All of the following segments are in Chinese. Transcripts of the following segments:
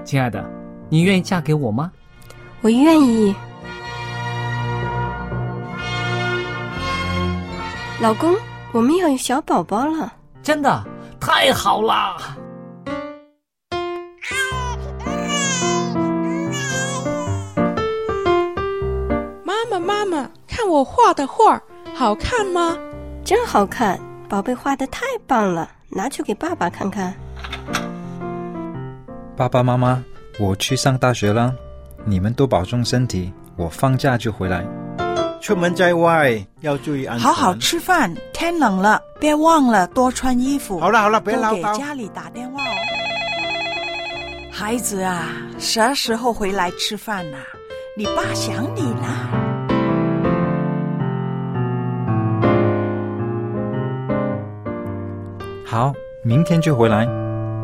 亲爱的，你愿意嫁给我吗？ 我愿意。老公，我们要有小宝宝了。 真的？太好了！ 妈妈，看我画的画，好看吗？ 真好看，宝贝画得太棒了，拿去给爸爸看看。 爸爸妈妈，我去上大学了，你们都保重身体，我放假就回来。 出门在外要注意安全。 好好吃饭，天冷了，别忘了多穿衣服。 好了，别唠叨。 多给家里打电话哦。孩子啊，啥时候回来吃饭啊？你爸想你呢。 好，明天就回来。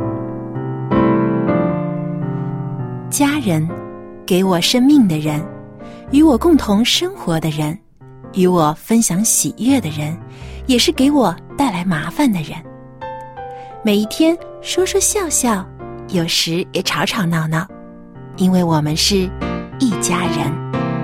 家人，给我生命的人，与我共同生活的人，与我分享喜悦的人，也是给我带来麻烦的人。每一天说说笑笑，有时也吵吵闹闹，因为我们是一家人。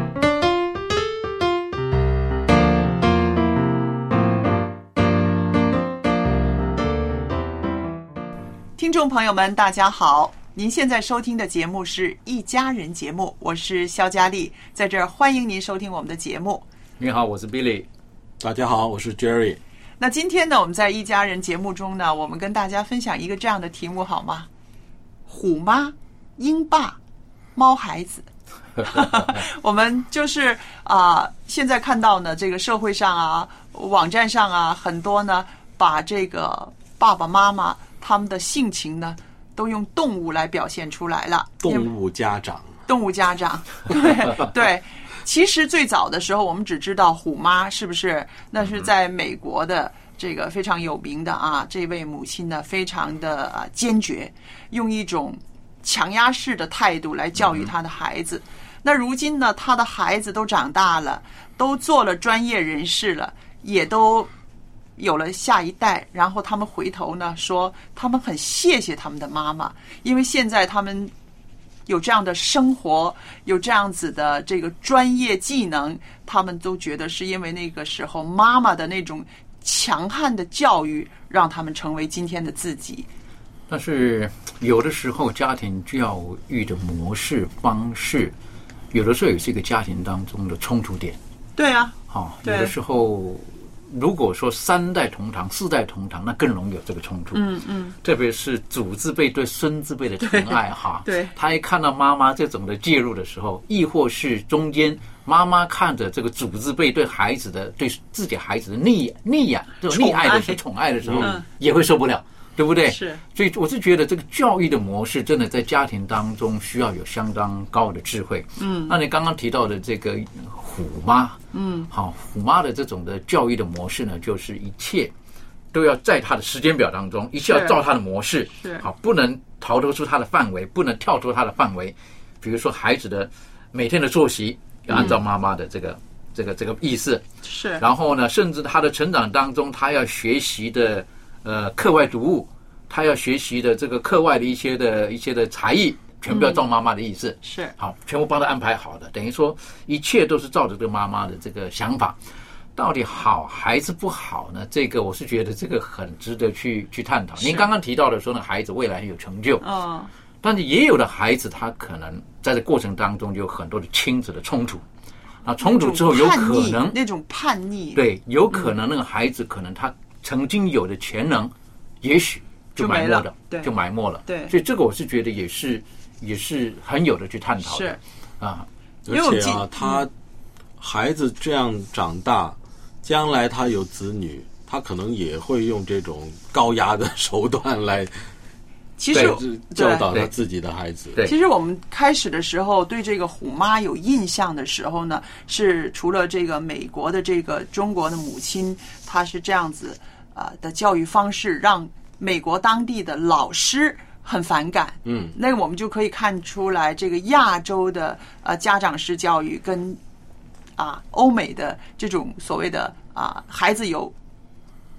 听众朋友们大家好，您现在收听的节目是一家人节目，我是肖佳丽，在这儿欢迎您收听我们的节目。 你好，我是 Billy。 大家好，我是 Jerry。 那今天呢，我们在一家人节目中呢，我们跟大家分享一个这样的题目好吗？虎妈、鹰爸、猫孩子。我们就是现在看到呢，这个社会上啊、网站上啊，很多呢把这个爸爸妈妈他们的性情呢都用动物来表现出来了。 动物家长， 对对。其实最早的时候我们只知道虎妈，是不是？那是在美国的这个非常有名的这位母亲呢非常的坚决，用一种强压式的态度来教育她的孩子。那如今呢，她的孩子都长大了，都做了专业人士了，也都有了下一代，然后他们回头呢说他们很谢谢他们的妈妈，因为现在他们有这样的生活，有这样子的这个专业技能，他们都觉得是因为那个时候妈妈的那种强悍的教育让他们成为今天的自己。 但是有的时候家庭教育的模式方式，有的时候也是一个家庭当中的冲突点。 对啊， 有的时候如果说3代同堂、4代同堂，那更容易有这个冲突。特别是祖字辈对孙字辈的宠爱对， 他一看到妈妈这种的介入的时候，亦或是中间妈妈看着这个祖字辈对孩子的、对自己孩子的溺爱的时候、宠爱的时候，也会受不了。对不对？ 是， 所以我是觉得这个教育的模式真的在家庭当中需要有相当高的智慧。那你刚刚提到的这个虎妈，虎妈的这种的教育的模式呢，就是一切都要在她的时间表当中，一切要照她的模式，不能逃脱出她的范围，不能跳出她的范围。比如说孩子的每天的作息要按照妈妈的这个意思， 是， 然后呢，甚至他的成长当中，他要学习的。课外读物，他要学习的这个课外的一些的才艺，全部要照妈妈的意思， 是好，全部帮他安排好的，等于说一切都是照着这个妈妈的这个想法。到底好还是不好呢？这个我是觉得这个很值得去探讨。您刚刚提到的说呢，孩子未来很有成就，但是也有的孩子他可能在这过程当中就有很多的亲子的冲突，冲突之后有可能那种叛逆， 对，有可能那个孩子可能他曾经有的潜能，也许就埋没了，就埋没了。 对， 所以这个我是觉得也是很有的去探讨的。 而且他孩子这样长大，将来他有子女，他可能也会用这种高压的手段来， 其实教导他自己的孩子。 其实我们开始的时候对这个虎妈有印象的时候呢，是除了这个美国的这个中国的母亲，她是这样子的教育方式，让美国当地的老师很反感。那我们就可以看出来，这个亚洲的家长式教育跟欧美的这种所谓的孩子有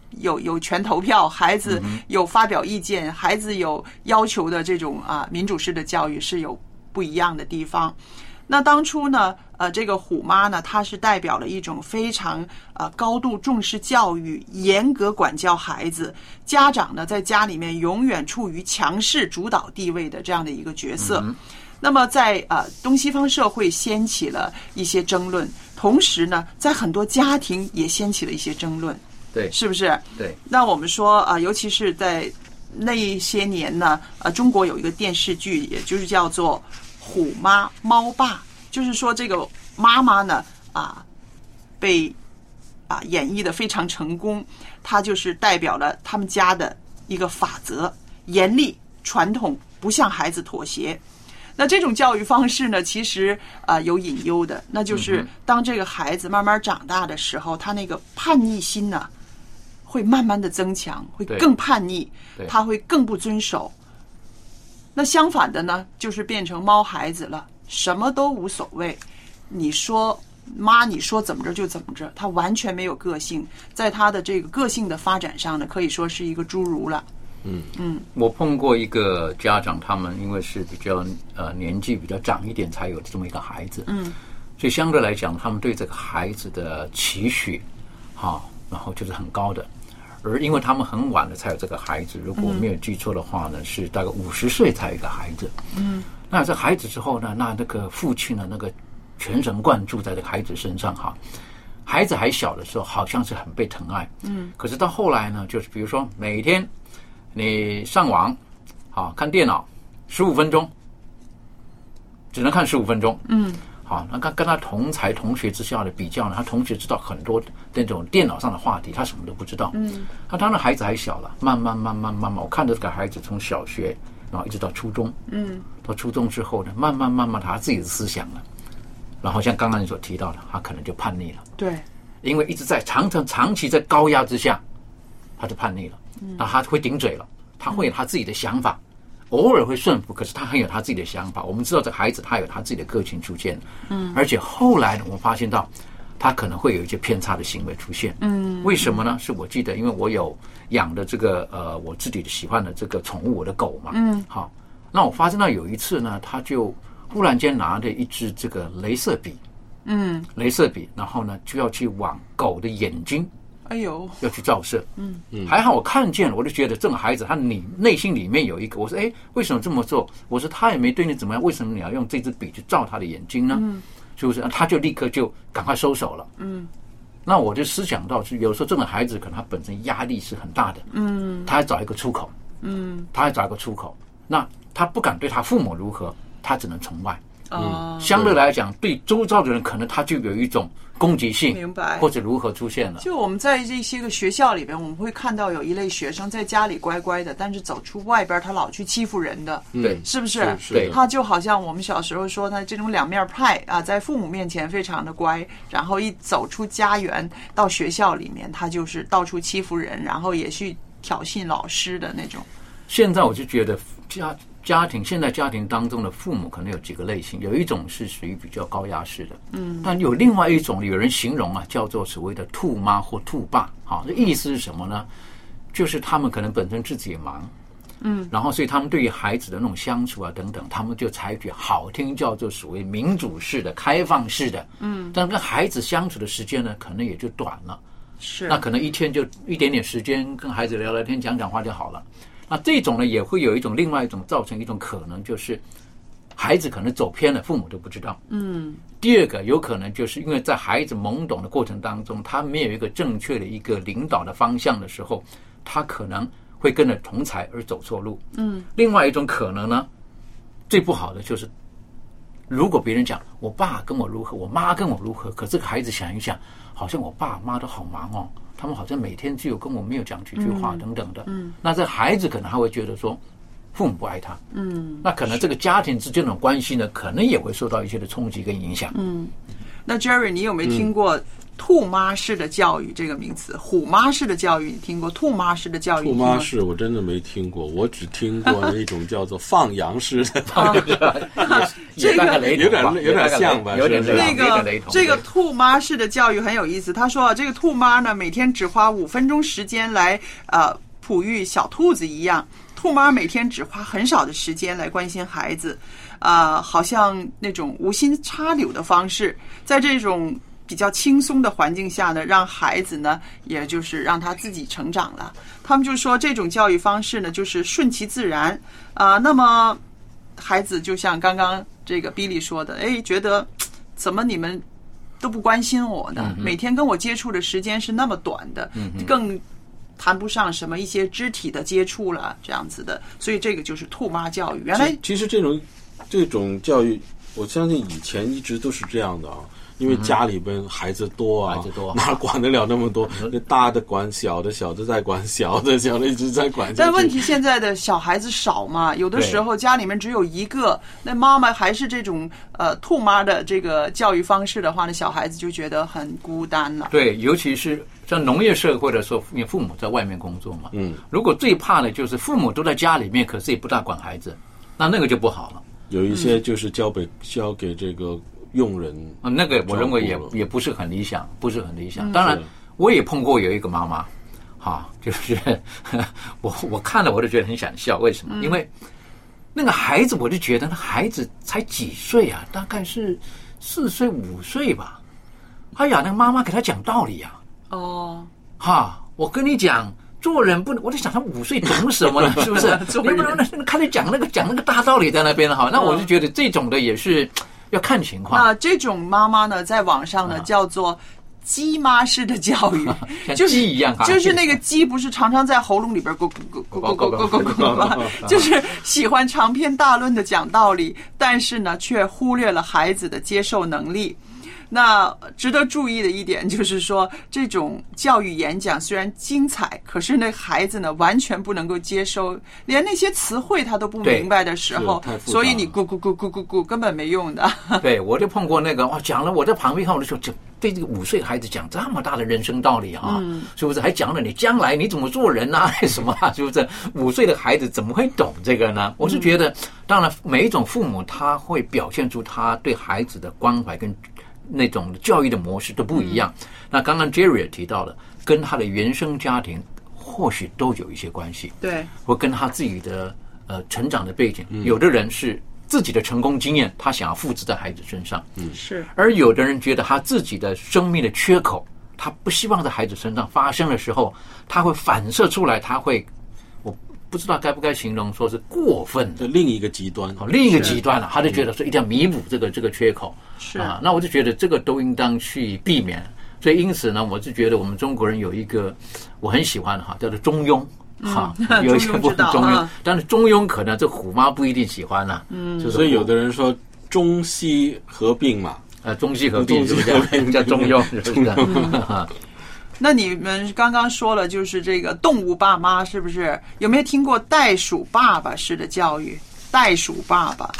有权投票，孩子有发表意见，孩子有要求的这种民主式的教育是有不一样的地方。那当初呢，这个虎妈呢，她是代表了一种非常高度重视教育、严格管教孩子，家长呢在家里面永远处于强势主导地位的这样的一个角色。那么在东西方社会掀起了一些争论，同时呢，在很多家庭也掀起了一些争论， 对， 是不是？ 对。 那我们说尤其是在那一些年呢，中国有一个电视剧，也就是叫做虎妈猫爸，就是说这个妈妈呢被演绎的非常成功，她就是代表了他们家的一个法则：严厉、传统，不向孩子妥协。那这种教育方式呢，其实有隐忧的，那就是当这个孩子慢慢长大的时候，他那个叛逆心呢，会慢慢的增强，会更叛逆，他会更不遵守。那相反的呢，就是变成猫孩子了，什么都无所谓，你说妈，你说怎么着就怎么着，他完全没有个性，在他的这个个性的发展上呢，可以说是一个侏儒了。 我碰过一个家长，他们因为是比较年纪比较长一点才有这么一个孩子，所以相对来讲，他们对这个孩子的期许，然后就是很高的。而因为他们很晚的才有这个孩子，如果我没有记错的话呢，是大概50岁才有一个孩子。那这孩子之后呢，那个父亲呢，那个全神贯注在这个孩子身上孩子还小的时候，好像是很被疼爱。可是到后来呢，就是比如说每天你上网看电脑15分钟，只能看15分钟。那跟他同才同学之下的比较呢，他同学知道很多那种电脑上的话题，他什么都不知道。他当然孩子还小了，慢慢，我看着这个孩子从小学，然后一直到初中。到初中之后呢，慢慢他自己的思想了，然后像刚刚你所提到的，他可能就叛逆了。 对， 因为一直在长期在高压之下，他就叛逆了。那他会顶嘴了，他会有他自己的想法。偶尔会顺服，可是他很有他自己的想法。我们知道这孩子他有他自己的个性出现，而且后来呢，我们发现到他可能会有一些偏差的行为出现。为什么呢？是我记得，因为我有养的这个我自己喜欢的这个宠物，我的狗嘛。那我发现到有一次呢，他就忽然间拿着一支这个雷射笔，然后呢就要去往狗的眼睛。要去照射。还好我看见了，我就觉得这个孩子他内心里面有一个，我说为什么这么做？我说他也没对你怎么样，为什么你要用这支笔去照他的眼睛呢？是不是？他就立刻就赶快收手了。那我就思想到，是有时候这个孩子可能他本身压力是很大的，他要找一个出口，那他不敢对他父母如何，他只能从外。相对来讲，对周遭的人可能他就有一种攻击性， 明白， 或者如何出现了。 就我们在这些个学校里边，我们会看到有一类学生在家里乖乖的，但是走出外边他老去欺负人的， 对， 是不是？ 对， 他就好像我们小时候说他这种两面派在父母面前非常的乖，然后一走出家园到学校里面，他就是到处欺负人，然后也去挑衅老师的那种。 现在我就觉得现在家庭当中的父母可能有几个类型，有一种是属于比较高压式的，但有另外一种，有人形容叫做所谓的兔妈或兔爸。这意思是什么呢？就是他们可能本身自己也忙，然后所以他们对于孩子的那种相处等等，他们就采取好听叫做所谓民主式的、开放式的，但跟孩子相处的时间呢，可能也就短了。那可能一天就一点点时间跟孩子聊聊天、讲讲话就好了。那这种呢，也会有另外一种造成一种可能，就是孩子可能走偏了，父母都不知道。第二个有可能就是因为在孩子懵懂的过程当中，他没有一个正确的一个领导的方向的时候，他可能会跟着同侪而走错路。另外一种可能呢，最不好的就是，如果别人讲我爸跟我如何，我妈跟我如何，可这个孩子想一想，好像我爸妈都好忙哦，他们好像每天只有跟我没有讲几句话等等的。那这孩子可能还会觉得说父母不爱他。那可能这个家庭之间的关系呢，可能也会受到一些的冲击跟影响。 那 Jerry， 你有没有听过兔妈式的教育这个名词，虎妈式的教育你听过？兔妈式的教育， 兔妈式我真的没听过，我只听过那种叫做放羊式的教育， 这个有点像吧？ 有点这个兔妈式的教育很有意思。他说这个兔妈呢，每天只花5分钟时间来哺育小兔子一样，兔妈每天只花很少的时间来关心孩子，好像那种无心插柳的方式，在这种比较轻松的环境下呢，让孩子呢，也就是让他自己成长了。他们就说这种教育方式呢，就是顺其自然那么孩子就像刚刚这个 Billy 说的，觉得怎么你们都不关心我呢？每天跟我接触的时间是那么短的，更谈不上什么一些肢体的接触了，这样子的。所以这个就是兔妈教育。原来其实这种教育，我相信以前一直都是这样的啊。因为家里边孩子多啊，哪管得了那么多？那大的管小的，小的在管小的，小的一直在管。 但问题现在的小孩子少嘛，有的时候家里面只有一个，那妈妈还是这种兔妈的这个教育方式的话，那小孩子就觉得很孤单了。 对，尤其是像农业社会的时候，因为父母在外面工作嘛，如果最怕的就是父母都在家里面，可是也不大管孩子，那个就不好了。 有一些就是交给这个用人那个我认为也不是很理想，当然我也碰过有一个妈妈就是我看了我都觉得很想笑。为什么？因为那个孩子，我就觉得那孩子才几岁啊，大概是4岁5岁吧。哎呀，那个妈妈给他讲道理啊。我跟你讲，做人不能，我就想他5岁懂什么呢？是不是？你不能看他讲那个大道理在那边那我就觉得这种的也是要看情况。 这种妈妈呢，在网上呢叫做鸡妈式的教育， 就是鸡一样就是那个鸡不是常常在喉咙里边咕咕咕咕咕咕咕咕咕吗？就是喜欢长篇大论的讲道理，但是呢，却忽略了孩子的接受能力。那值得注意的一点就是说，这种教育演讲虽然精彩，可是那孩子呢完全不能够接收，连那些词汇他都不明白的时候，所以你咕咕咕咕咕咕根本没用的。 对，我就碰过那个讲了，我在旁边看，我就说对这个5岁孩子讲这么大的人生道理是不是？还讲了你将来你怎么做人什么是不是？5岁的孩子怎么会懂这个呢？我是觉得，当然每一种父母他会表现出他对孩子的关怀跟那种教育的模式都不一样。那刚刚 Jerry 也提到了，跟他的原生家庭或许都有一些关系， 对， 或跟他自己的成长的背景。有的人是自己的成功经验，他想要复制在孩子身上， 是。而有的人觉得他自己的生命的缺口，他不希望在孩子身上发生的时候，他会反射出来，他会。不知道该不该形容说是过分的另一个极端， 他就觉得说一定要弥补这个缺口， 是那我就觉得这个都应当去避免。所以因此呢，我就觉得我们中国人有一个我很喜欢叫做中庸有一些部分中庸，但是中庸可能这虎妈不一定喜欢所以有的人说中西合并嘛， 中西合并是不是叫中庸？是不是？ 那你们刚刚说了，就是这个动物爸妈，是不是？有没有听过袋鼠爸爸式的教育？袋鼠爸爸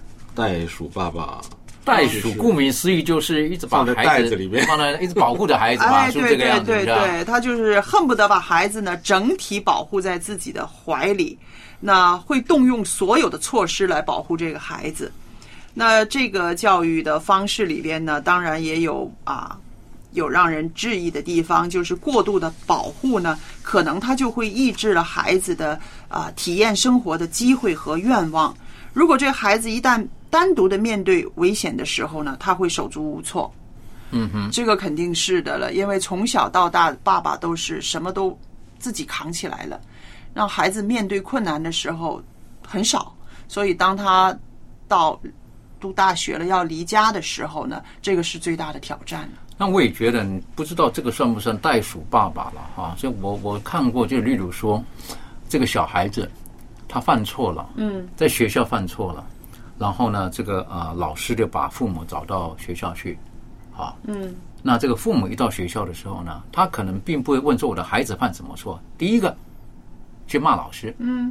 顾名思义就是一直把孩子放在一直保护着孩子嘛，是不是这个样子？ 对，他就是恨不得把孩子呢整体保护在自己的怀里，那会动用所有的措施来保护这个孩子。那这个教育的方式里边呢，当然也有有让人质疑的地方，就是过度的保护呢，可能它就会抑制了孩子的体验生活的机会和愿望。如果这个孩子一旦单独的面对危险的时候呢，他会手足无措。这个肯定是的了，因为从小到大，爸爸都是什么都自己扛起来了，让孩子面对困难的时候很少。所以当他到读大学了要离家的时候呢，这个是最大的挑战了。 那我也觉得，不知道这个算不算袋鼠爸爸了所以我看过，就例如说，这个小孩子他犯错了，在学校犯错了，然后呢，这个老师就把父母找到学校去，那这个父母一到学校的时候呢，他可能并不会问说我的孩子犯什么错，第一个去骂老师，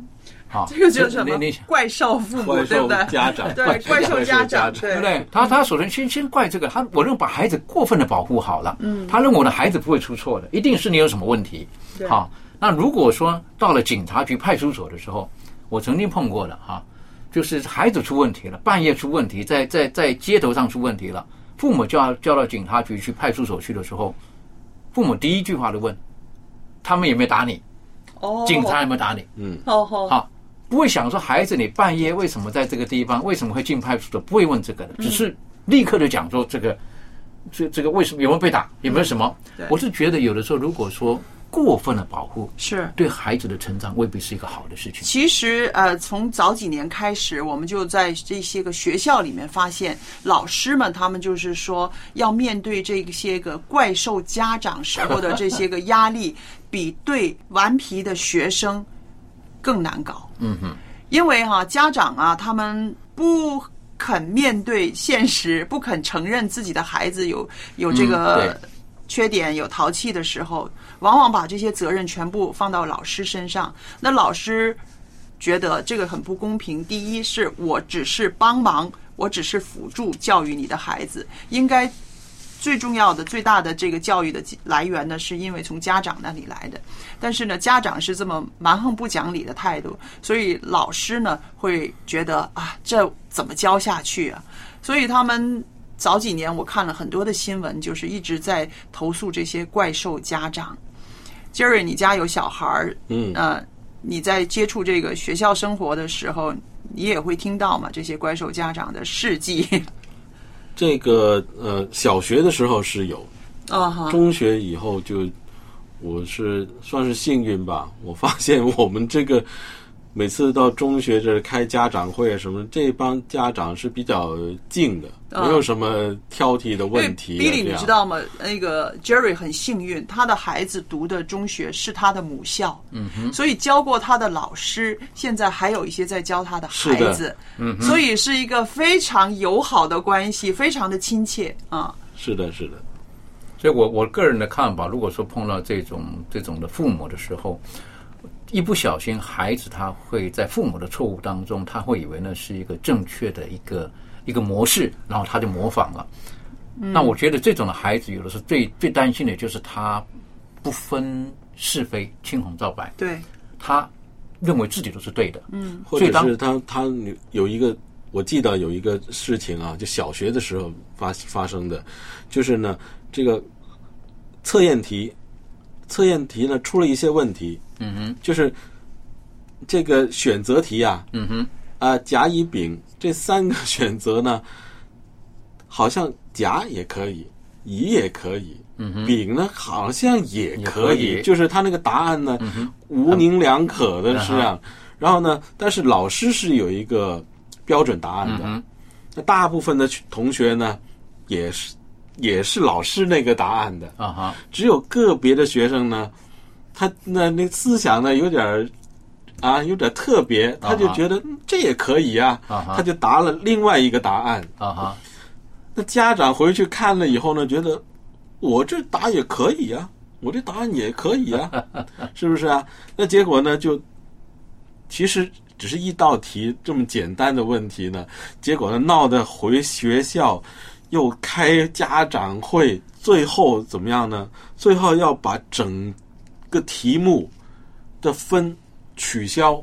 这个就是什么怪兽父母，对不对？ 家长， 对，怪兽家长， 对不对？他首先先怪这个，我认为把孩子过分的保护好了，他认为我的孩子不会出错的，一定是你有什么问题，好。那如果说到了警察局、派出所的时候，我曾经碰过了哈，就是孩子出问题了，半夜出问题，在街头上出问题了，父母叫到警察局去、派出所去的时候，父母第一句话就问：他们有没有打你？警察有没有打你？好，不会想说孩子你半夜为什么在这个地方，为什么会进派出所，不会问这个的，只是立刻的讲说这个为什么有没有被打，有没有什么？我是觉得有的时候如果说过分的保护是对孩子的成长未必是一个好的事情。 其实从早几年开始，我们就在这些个学校里面发现，老师们他们就是说要面对这些个怪兽家长时候的这些个压力，比对顽皮的学生更难搞。因为家长他们不肯面对现实，不肯承认自己的孩子有这个缺点，有淘气的时候，往往把这些责任全部放到老师身上。那老师觉得这个很不公平。第一是我只是帮忙，我只是辅助教育你的孩子，应该最重要的、最大的这个教育的来源呢，是因为从家长那里来的。但是呢，家长是这么蛮横不讲理的态度，所以老师呢会觉得这怎么教下去啊？所以他们早几年我看了很多的新闻，就是一直在投诉这些怪兽家长。Jerry， 你家有小孩，你在接触这个学校生活的时候，你也会听到嘛这些怪兽家长的事迹。 这个小学的时候是有，中学以后就我是算是幸运吧，我发现我们这个每次到中学这开家长会什么，这帮家长是比较静的，没有什么挑剔的问题。 Billy， 你知道吗？那个 Jerry 很幸运，他的孩子读的中学是他的母校，所以教过他的老师，现在还有一些在教他的孩子，所以是一个非常友好的关系，非常的亲切啊。 是的，是的。 所以我个人的看法，如果说碰到这种的父母的时候，一不小心孩子他会在父母的错误当中，他会以为那是一个正确的一个模式，然后他就模仿了。那我觉得这种的孩子有的时候最担心的就是他不分是非，青红皂白， 对， 他认为自己都是对的， 或者是他有一个，我记得有一个事情就小学的时候发生的，就是呢这个测验题呢出了一些问题，就是这个选择题甲乙丙这三个选择呢，好像甲也可以，乙也可以，丙呢好像也可以，就是他那个答案呢模棱两可的是这样。然后呢，但是老师是有一个标准答案的，那大部分的同学呢也是老师那个答案的，只有个别的学生呢，他那思想呢有点特别，他就觉得这也可以他就答了另外一个答案。那家长回去看了以后呢，觉得我这答也可以我这答案也可以是不是那结果呢，就其实只是一道题这么简单的问题呢，结果呢闹得回学校又开家长会，最后怎么样呢？最后要把整个题目的分取消，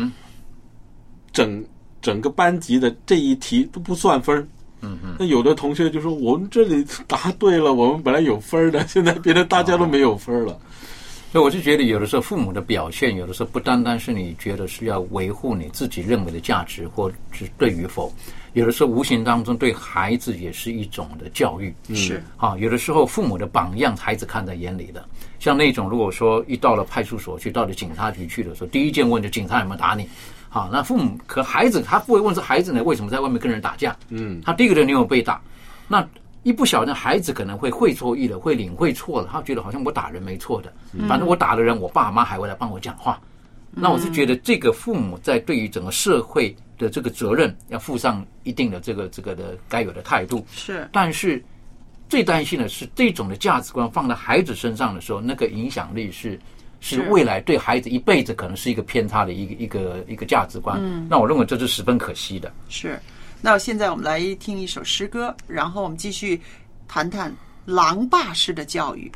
整个班级的这一题都不算分。那有的同学就说我们这里答对了，我们本来有分的，现在变成大家都没有分了。 所以我就觉得有的时候父母的表现，有的时候不单单是你觉得是要维护你自己认为的价值或是对与否，有的时候无形当中对孩子也是一种的教育。 是有的时候父母的榜样孩子看在眼里的，像那种如果说一到了派出所去，到了警察局去的时候，第一件问就警察有没有打你。那父母可孩子他不会问这孩子呢为什么在外面跟人打架，他第一个人你有被打，那一不小心孩子可能会错意了，会领会错了，他觉得好像我打人没错的，反正我打了人，我爸妈还会来帮我讲话。那我是觉得这个父母在对于整个社会的这个责任要负上一定的这个的该有的态度。 是， 但是最担心的是这种的价值观放在孩子身上的时候，那个影响力是是未来对孩子一辈子可能是一个偏差的一个价值观。那我认为这是十分可惜的。 是。那现在我们来听一首诗歌，然后我们继续谈谈狼爸式的教育。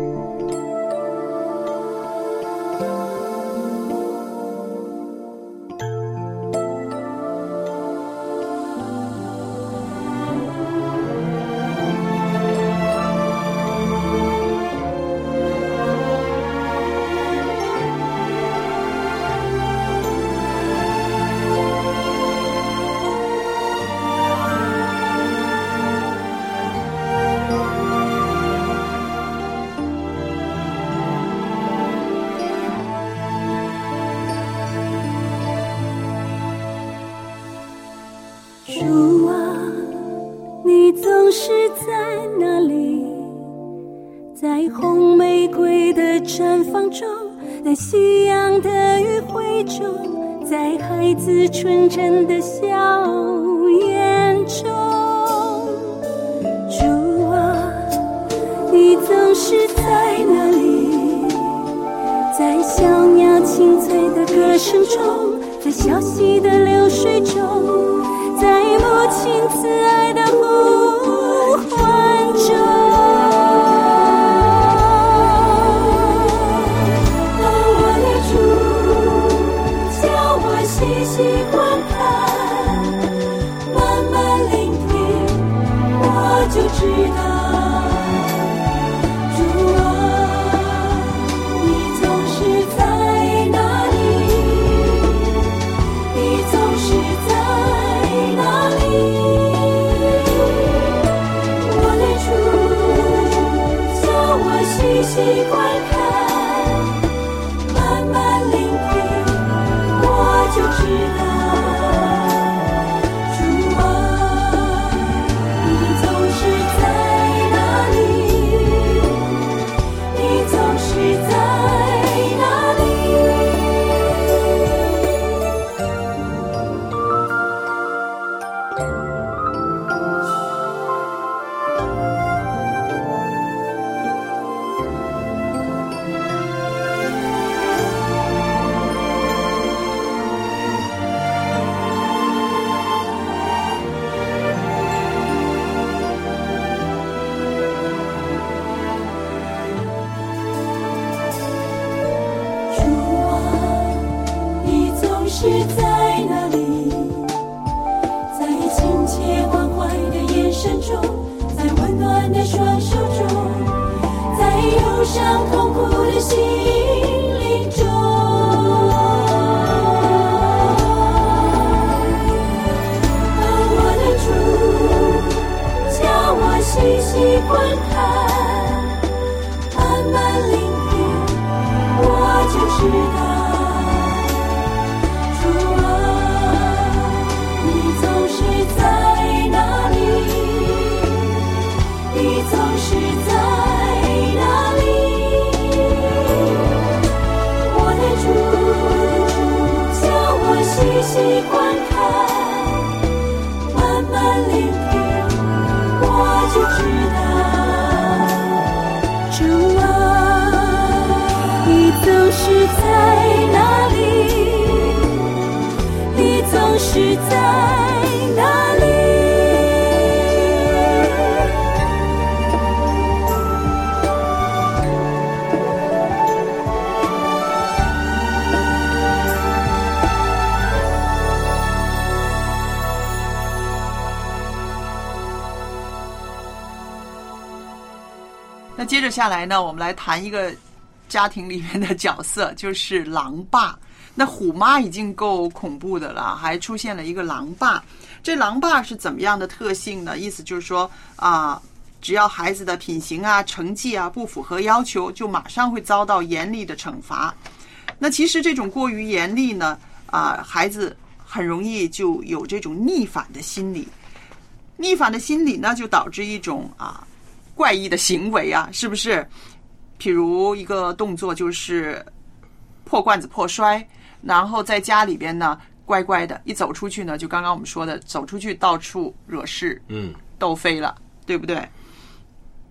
主啊，你总是在那里，在红玫瑰的绽放中，在夕阳的余晖中，在孩子纯真的笑颜中。主啊，你总是在那里，在小鸟清脆的歌声中，在小溪的流水中，在母亲慈爱的呼唤中。我的主，叫我细细观看，慢慢聆听，我就知道。细观看，慢慢聆听，我就知道。主啊，你总是在哪里？你总是在哪里？是在哪里？在亲切关怀的眼神中，在温暖的双手中，在忧伤痛苦的心灵中。我的主，叫我细细观看，慢慢聆听，我就知道。细观看，慢慢聆听，我就知道。主啊，你总是在哪里？你总是在哪里？ 那接着下来呢，我们来谈一个家庭里面的角色，就是狼爸。那虎妈已经够恐怖的了，还出现了一个狼爸。这狼爸是怎么样的特性呢？意思就是说只要孩子的品行啊、成绩啊不符合要求，就马上会遭到严厉的惩罚。那其实这种过于严厉呢，孩子很容易就有这种逆反的心理。逆反的心理呢，就导致一种怪异的行为啊，是不是？譬如一个动作就是破罐子破摔，然后在家里边呢乖乖的，一走出去呢，就刚刚我们说的，走出去到处惹事，斗非了，对不对？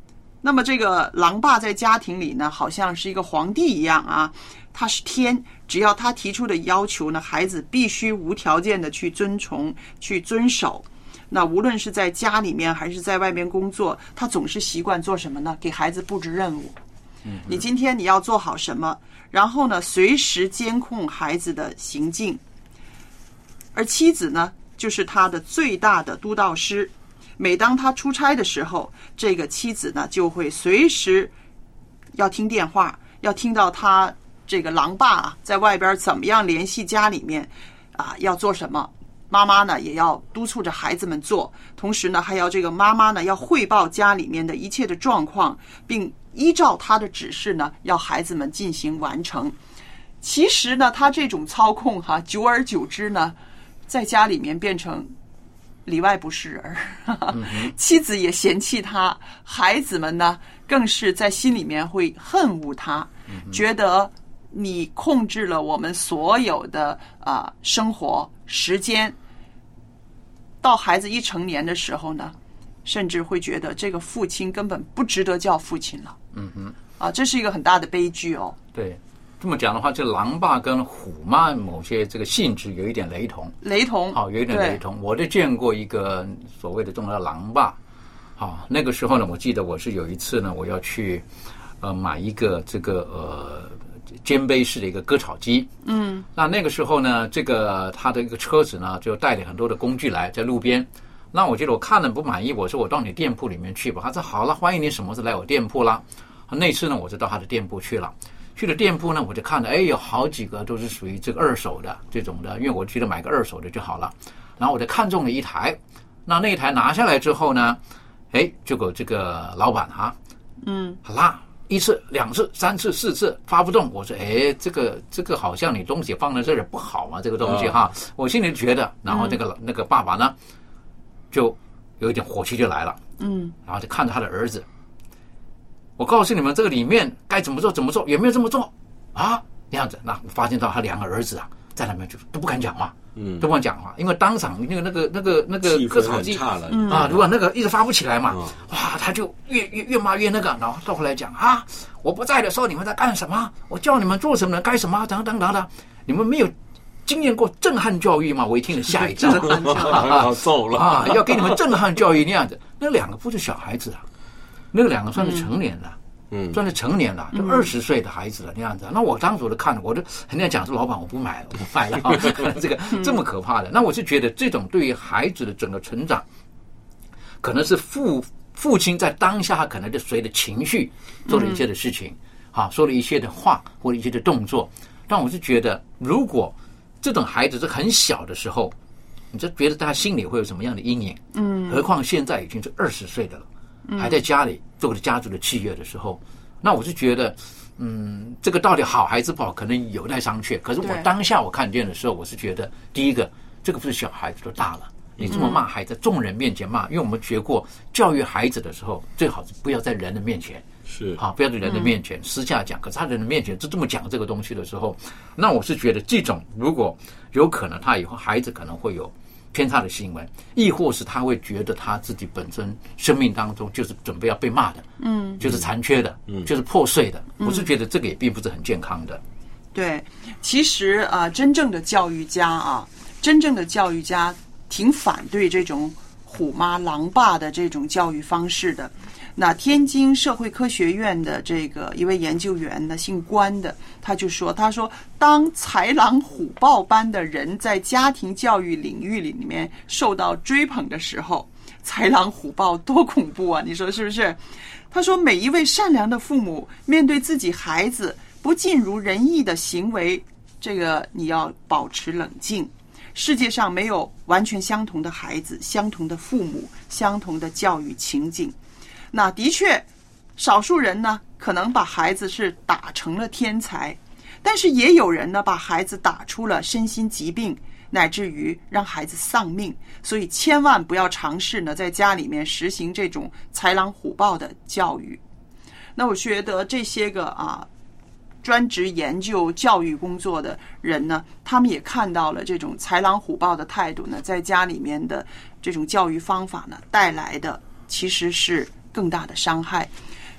那么这个狼爸在家庭里呢，好像是一个皇帝一样啊，他是天，只要他提出的要求呢，孩子必须无条件的去遵从、去遵守。那无论是在家里面还是在外面工作，他总是习惯做什么呢？给孩子布置任务。你今天你要做好什么，然后呢，随时监控孩子的行径。而妻子呢，就是他的最大的督导师。每当他出差的时候，这个妻子呢就会随时要听电话，要听到他这个狼爸啊在外边怎么样联系家里面啊要做什么。妈妈呢也要督促着孩子们做，同时呢还要这个妈妈呢要汇报家里面的一切的状况，并依照他的指示呢要孩子们进行完成。其实呢他这种操控久而久之呢，在家里面变成里外不是人，妻子也嫌弃他，孩子们呢更是在心里面会恨恶他，觉得你控制了我们所有的生活时间。到孩子一成年的时候呢，甚至会觉得这个父亲根本不值得叫父亲了。这是一个很大的悲剧哦。 对，这么讲的话，这狼爸跟虎妈某些这个性质有一点雷同。好，有一点雷同。我就见过一个所谓的这种狼爸。好，那个时候呢，我记得我是有一次呢，我要去买一个这个肩背式的一个割草机。那个时候呢，这个他的一个车子呢，就带了很多的工具来在路边。那我觉得我看了不满意，我说我到你店铺里面去吧。他说好了，欢迎你什么时候来我店铺啦。那次呢，我就到他的店铺去了。去了店铺呢，我就看了，有好几个都是属于这个二手的这种的，因为我觉得买个二手的就好了。然后我就看中了一台，那一台拿下来之后呢，结果这个老板好啦。1次、2次、3次、4次发不动，我说这个好像你东西放在这儿不好嘛，这个东西我心里觉得，然后那个爸爸呢，就有一点火气就来了，然后就看着他的儿子，我告诉你们这个里面该怎么做，有没有这么做啊？这样子，那我发现到他2个儿子在那边就都不敢讲话，都不敢讲话，因为当场那个割草机如果那个一直发不起来嘛，哇，他就越骂越那个，然后到后来讲我不在的时候你们在干什么？我叫你们做什么该什么等等等等，你们没有经验过震撼教育吗？我一听了吓一跳， 揍了要给你们震撼教育那样子。那2个不是小孩子那个2个算是成年了。算是成年了，就20岁的孩子了那样子。那我当时我就看了，我就很想讲说，老板我不买了，我不卖了这个这么可怕的。那我是觉得这种对于孩子的整个成长，可能是父亲在当下他可能就随着情绪做了一些的事情，说了一些的话或者一些的动作。但我是觉得，如果这种孩子是很小的时候，你就觉得他心里会有什么样的阴影？何况现在已经是20岁的了。还在家里做着家族的企业的时候，那我是觉得，这个到底好还是不好，可能有待商榷。可是我当下我看见的时候，我是觉得，第一个，这个不是小孩子都大了，你这么骂孩子，众人面前骂，因为我们学过教育孩子的时候，最好是不要在人的面前，不要在人的面前私下讲。可是他人的面前就这么讲这个东西的时候，那我是觉得这种如果有可能，他以后孩子可能会有偏差的行为，亦或是他会觉得他自己本身生命当中就是准备要被骂的，就是残缺的，就是破碎的。我是觉得这个也并不是很健康的。 对，其实真正的教育家挺反对这种虎妈狼爸的这种教育方式的。那天津社会科学院的这个一位研究员呢，姓关的，他说当豺狼虎豹般的人在家庭教育领域里面受到追捧的时候，豺狼虎豹多恐怖啊，你说是不是？他说每一位善良的父母面对自己孩子不尽如人意的行为，这个你要保持冷静。世界上没有完全相同的孩子，相同的父母，相同的教育情景。那的确，少数人呢可能把孩子是打成了天才，但是也有人呢把孩子打出了身心疾病，乃至于让孩子丧命。所以千万不要尝试呢在家里面实行这种豺狼虎豹的教育。那我觉得这些个专职研究教育工作的人呢，他们也看到了这种豺狼虎豹的态度呢，在家里面的这种教育方法呢带来的其实是更大的伤害。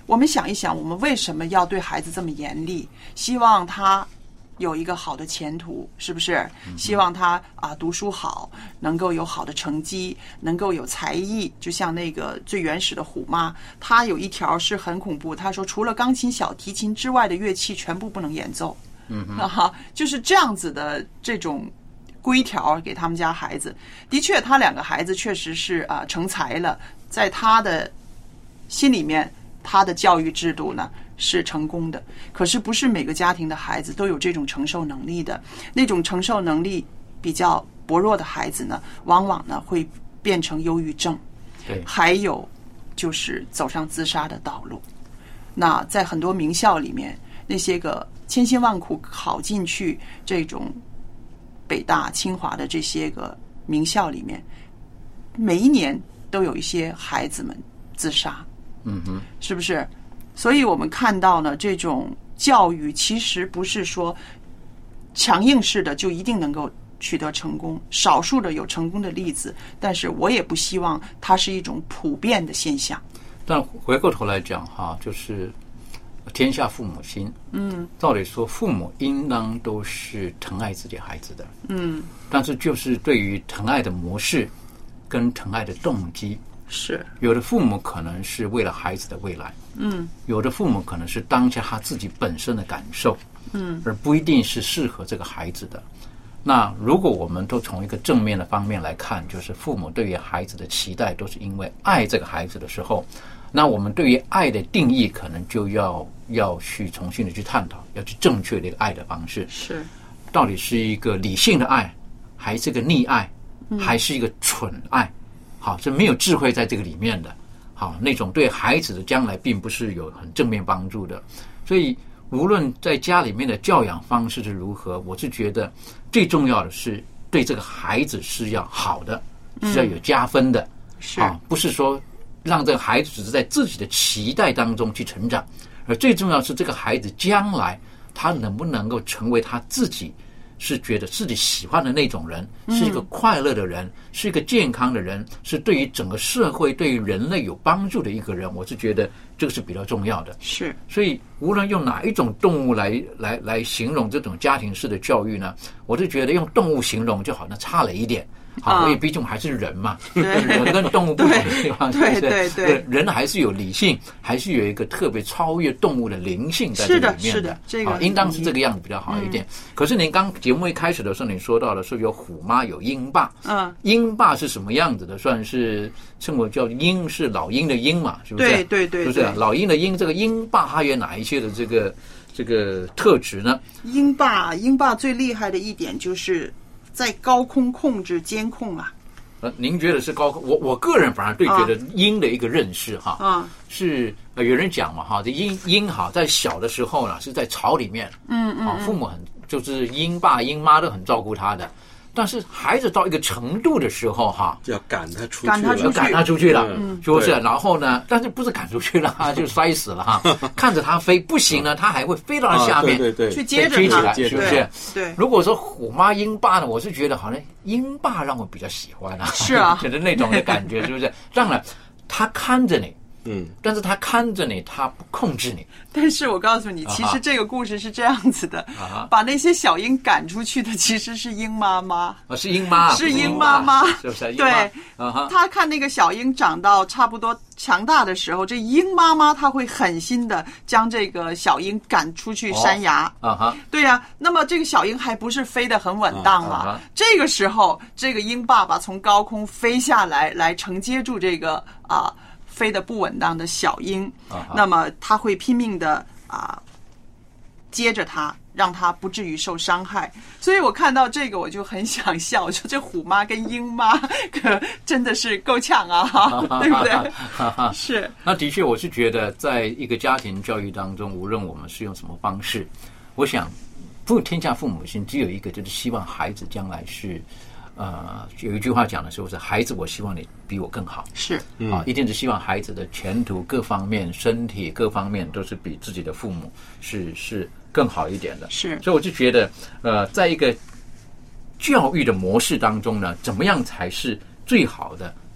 我们想一想，我们为什么要对孩子这么严厉？希望他有一个好的前途，是不是？希望他读书好，能够有好的成绩，能够有才艺。就像那个最原始的虎妈，她有一条是很恐怖，她说除了钢琴、小提琴之外的乐器全部不能演奏。就是这样子的这种规条给他们家孩子。的确，他2个孩子确实是成才了，在他的心里面，他的教育制度呢是成功的。可是不是每个家庭的孩子都有这种承受能力的，那种承受能力比较薄弱的孩子呢，往往呢会变成忧郁症， 对， 还有就是走上自杀的道路。那在很多名校里面，那些个千辛万苦考进去这种北大、清华的这些个名校里面，每一年都有一些孩子们自杀。是不是？所以我们看到呢，这种教育其实不是说强硬式的就一定能够取得成功，少数的有成功的例子，但是我也不希望它是一种普遍的现象。 但回过头来讲哈，就是天下父母心。照理说父母应当都是疼爱自己孩子的。但是就是对于疼爱的模式跟疼爱的动机， 是有的父母可能是为了孩子的未来，有的父母可能是当下他自己本身的感受，而不一定是适合这个孩子的。那如果我们都从一个正面的方面来看，就是父母对于孩子的期待都是因为爱这个孩子的时候，那我们对于爱的定义可能就要去重新的去探讨，要去正确的一个爱的方式， 是到底是一个理性的爱，还是一个溺爱，还是一个蠢爱？好，是没有智慧在这个里面的，好，那种对孩子的将来并不是有很正面帮助的。所以无论在家里面的教养方式是如何，我是觉得最重要的是对这个孩子是要好的，是要有加分的，不是说让这个孩子只是在自己的期待当中去成长，而最重要是这个孩子将来他能不能够成为他自己是觉得自己喜欢的那种人，是一个快乐的人，是一个健康的人，是对于整个社会对于人类有帮助的一个人，我是觉得这个是比较重要的。 是， 所以无论用哪一种动物来形容这种家庭式的教育呢，我是觉得用动物形容就好像差了一点。好，因为毕竟我们还是人嘛，人跟动物不同的地方，对，人还是有理性，还是有一个特别超越动物的灵性在这里面的。 是的，这个应当是这个样子比较好一点。可是您刚节目一开始的时候，你说到了说有虎妈有鹰爸，鹰爸是什么样子的？算是称为叫鹰，是老鹰的鹰嘛，是不是？ 对， 是不是？老鹰的鹰，这个鹰爸它有哪一些的这个特质呢？ 鹰爸最厉害的一点就是在高空控制监控啊。 您觉得是高空？我个人反而对觉得鹰的一个认识哈，是有人讲嘛哈，这鹰哈在小的时候呢是在巢里面，父母就是鹰爸鹰妈都很照顾他的。但是孩子到一个程度的时候哈， 就要赶他出去， 赶他出去了，是不是？然后呢，但是不是赶出去了，他就摔死了哈。看着他飞不行呢，他还会飞到下面， 对， 去接着追起来，是不是？ 对。 如果说虎妈鹰爸呢，我是觉得好像鹰爸让我比较喜欢啊， 是啊， 觉得那种的感觉，是不是？当然，他看着你。但是他看着你，他不控制你。 但是我告诉你，其实这个故事是这样子的，把那些小鹰赶出去的其实是鹰妈妈。 是鹰妈， 是鹰妈妈， 是不是？ 对，他看那个小鹰长到差不多强大的时候，这鹰妈妈她会狠心的将这个小鹰赶出去山崖。对呀，那么这个小鹰还不是飞得很稳当嘛？这个时候，这个鹰爸爸从高空飞下来承接住这个飞得不稳当的小鹰，那么他会拼命的接着他，让他不至于受伤害。所以我看到这个我就很想笑，说这虎妈跟鹰妈可真的是够呛啊，对不对？是。 那的确，我是觉得在一个家庭教育当中，无论我们是用什么方式，我想天下父母心只有一个，就是希望孩子将来是。有一句话讲的时候是孩子，我希望你比我更好， 是一定是希望孩子的前途各方面、身体各方面都是比自己的父母是更好一点的。 是， 所以我就觉得，在一个教育的模式当中呢，怎么样才是最好的、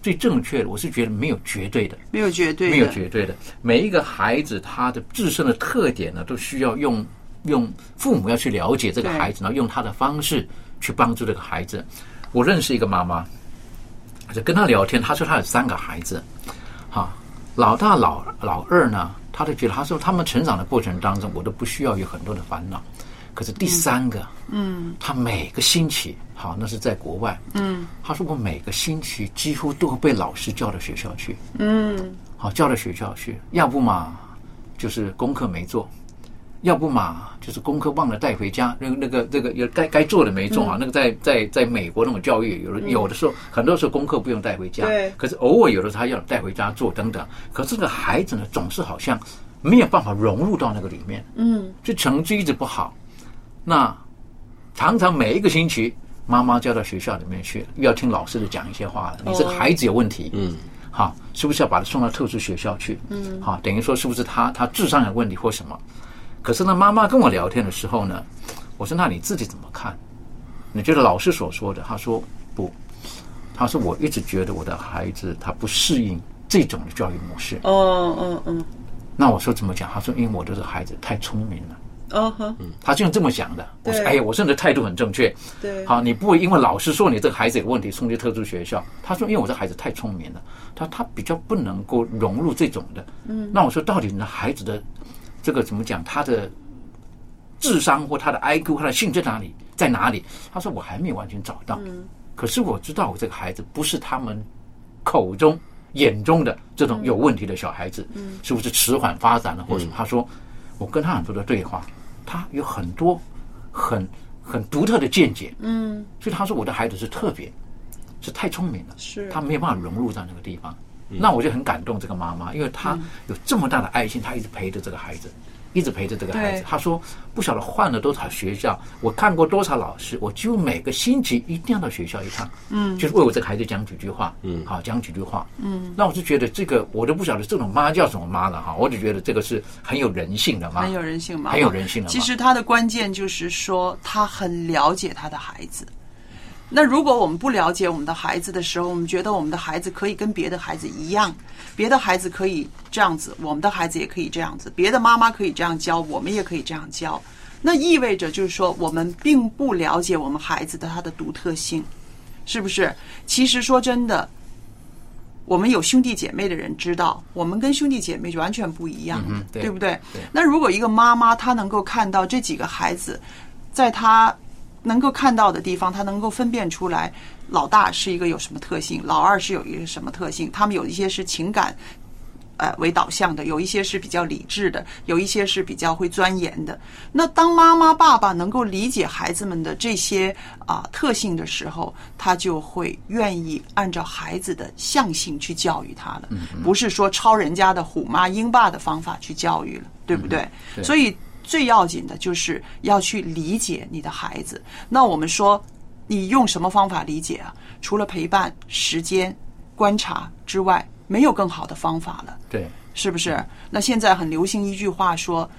最正确的，我是觉得没有绝对的， 没有绝对的， 没有绝对的。每一个孩子他的自身的特点呢，都需要用父母要去了解这个孩子，然后用他的方式去帮助这个孩子。我认识一个妈妈，就跟她聊天，她说她有3个孩子，老大老二呢，她就觉得，她说他们成长的过程当中，我都不需要有很多的烦恼。可是第3个，他每个星期，那是在国外，他说我每个星期几乎都会被老师叫到学校去，叫到学校去，要不嘛就是功课没做，要不嘛就是功课忘了带回家，那个该做的没做啊。那个在美国那种教育，有的时候很多时候功课不用带回家， 对， 可是偶尔有的时候他要带回家做等等。可是这个孩子呢，总是好像没有办法融入到那个里面，就成绩一直不好。那常常每一个星期，妈妈叫到学校里面去，又要听老师的讲一些话了。你这个孩子有问题，是不是要把他送到特殊学校去？等于说是不是他智商有问题或什么？可是呢，妈妈跟我聊天的时候呢，我说那你自己怎么看？你觉得老师所说的？他说不，他说我一直觉得我的孩子他不适应这种的教育模式。那我说怎么讲？他说因为我的这个孩子太聪明了。他就这么想的。我说我说你的态度很正确。 对， 好，你不会因为老师说你这个孩子有问题送去特殊学校。他说因为我这孩子太聪明了，他比较不能够融入这种的。那我说到底你的孩子的这个怎么讲？他的智商或他的 IQ 他的性在哪里？他说我还没有完全找到。可是我知道我这个孩子不是他们口中眼中的这种有问题的小孩子，是不是迟缓发展了或者什么？他说我跟他很多的对话，他有很多很独特的见解，所以他说我的孩子是特别，是太聪明了，是他没有办法融入在那个地方。那我就很感动这个妈妈，因为她有这么大的爱心，她一直陪着这个孩子，一直陪着这个孩子。她说不晓得换了多少学校，我看过多少老师，我几乎每个星期一定要到学校一趟，就是为我这个孩子讲几句话，讲几句话，那我就觉得这个我都不晓得这种妈叫什么妈了我就觉得这个是很有人性的妈， 很有人性妈， 很有人性的妈。 其实她的关键就是说，她很了解她的孩子。那如果我们不了解我们的孩子的时候，我们觉得我们的孩子可以跟别的孩子一样，别的孩子可以这样子，我们的孩子也可以这样子，别的妈妈可以这样教，我们也可以这样教。那意味着就是说，我们并不了解我们孩子的他的独特性，是不是？其实说真的，我们有兄弟姐妹的人知道，我们跟兄弟姐妹完全不一样，对不对？那如果一个妈妈她能够看到这几个孩子，在她能够看到的地方，他能够分辨出来，老大是一个有什么特性，老二是有一个什么特性，他们有一些是情感为导向的，有一些是比较理智的，有一些是比较会钻研的。那当妈妈爸爸能够理解孩子们的这些特性的时候，他就会愿意按照孩子的象性去教育他了，不是说抄人家的虎妈鹰爸的方法去教育了，对不对？所以最要紧的就是要去理解你的孩子。那我们说你用什么方法理解啊？除了陪伴、时间、观察之外，没有更好的方法了， 对， 是不是？那现在很流行一句话说，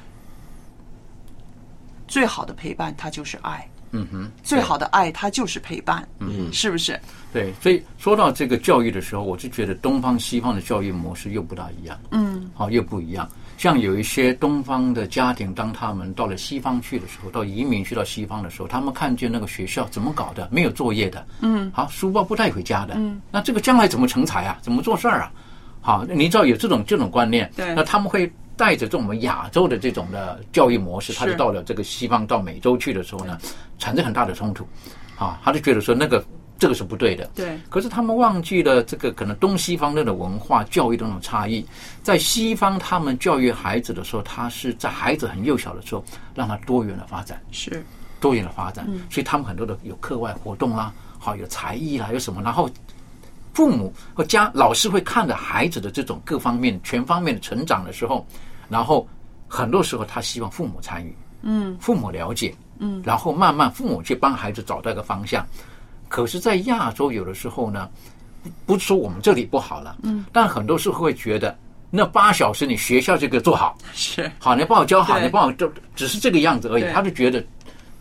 最好的陪伴它就是爱，最好的爱它就是陪伴，是不是？ 对，所以说到这个教育的时候，我就觉得东方西方的教育模式又不大一样，又不一样。像有一些东方的家庭，当他们到了西方去的时候，到移民去到西方的时候，他们看见那个学校怎么搞的，没有作业的，好，书包不带回家的，那这个将来怎么成才啊？怎么做事啊？好，你知道有这种观念，那他们会带着这种我们亚洲的这种的教育模式，他就到了这个西方，到美洲去的时候呢，产生很大的冲突，他就觉得说这个是不对的， 对。 可是他们忘记了这个可能东西方的文化教育的那种差异。在西方，他们教育孩子的时候，他是在孩子很幼小的时候，让他多元的发展， 是多元的发展。所以他们很多的有课外活动啦，有才艺啦，有什么，然后父母和老师会看着孩子的这种各方面全方面的成长的时候，然后很多时候他希望父母参与，父母了解，然后慢慢父母去帮孩子找到一个方向。可是在亚洲有的时候呢，不是说我们这里不好了，但很多时候会觉得那8小时你学校这个做好， 是好，你帮我教好，你帮我只是这个样子而已，他就觉得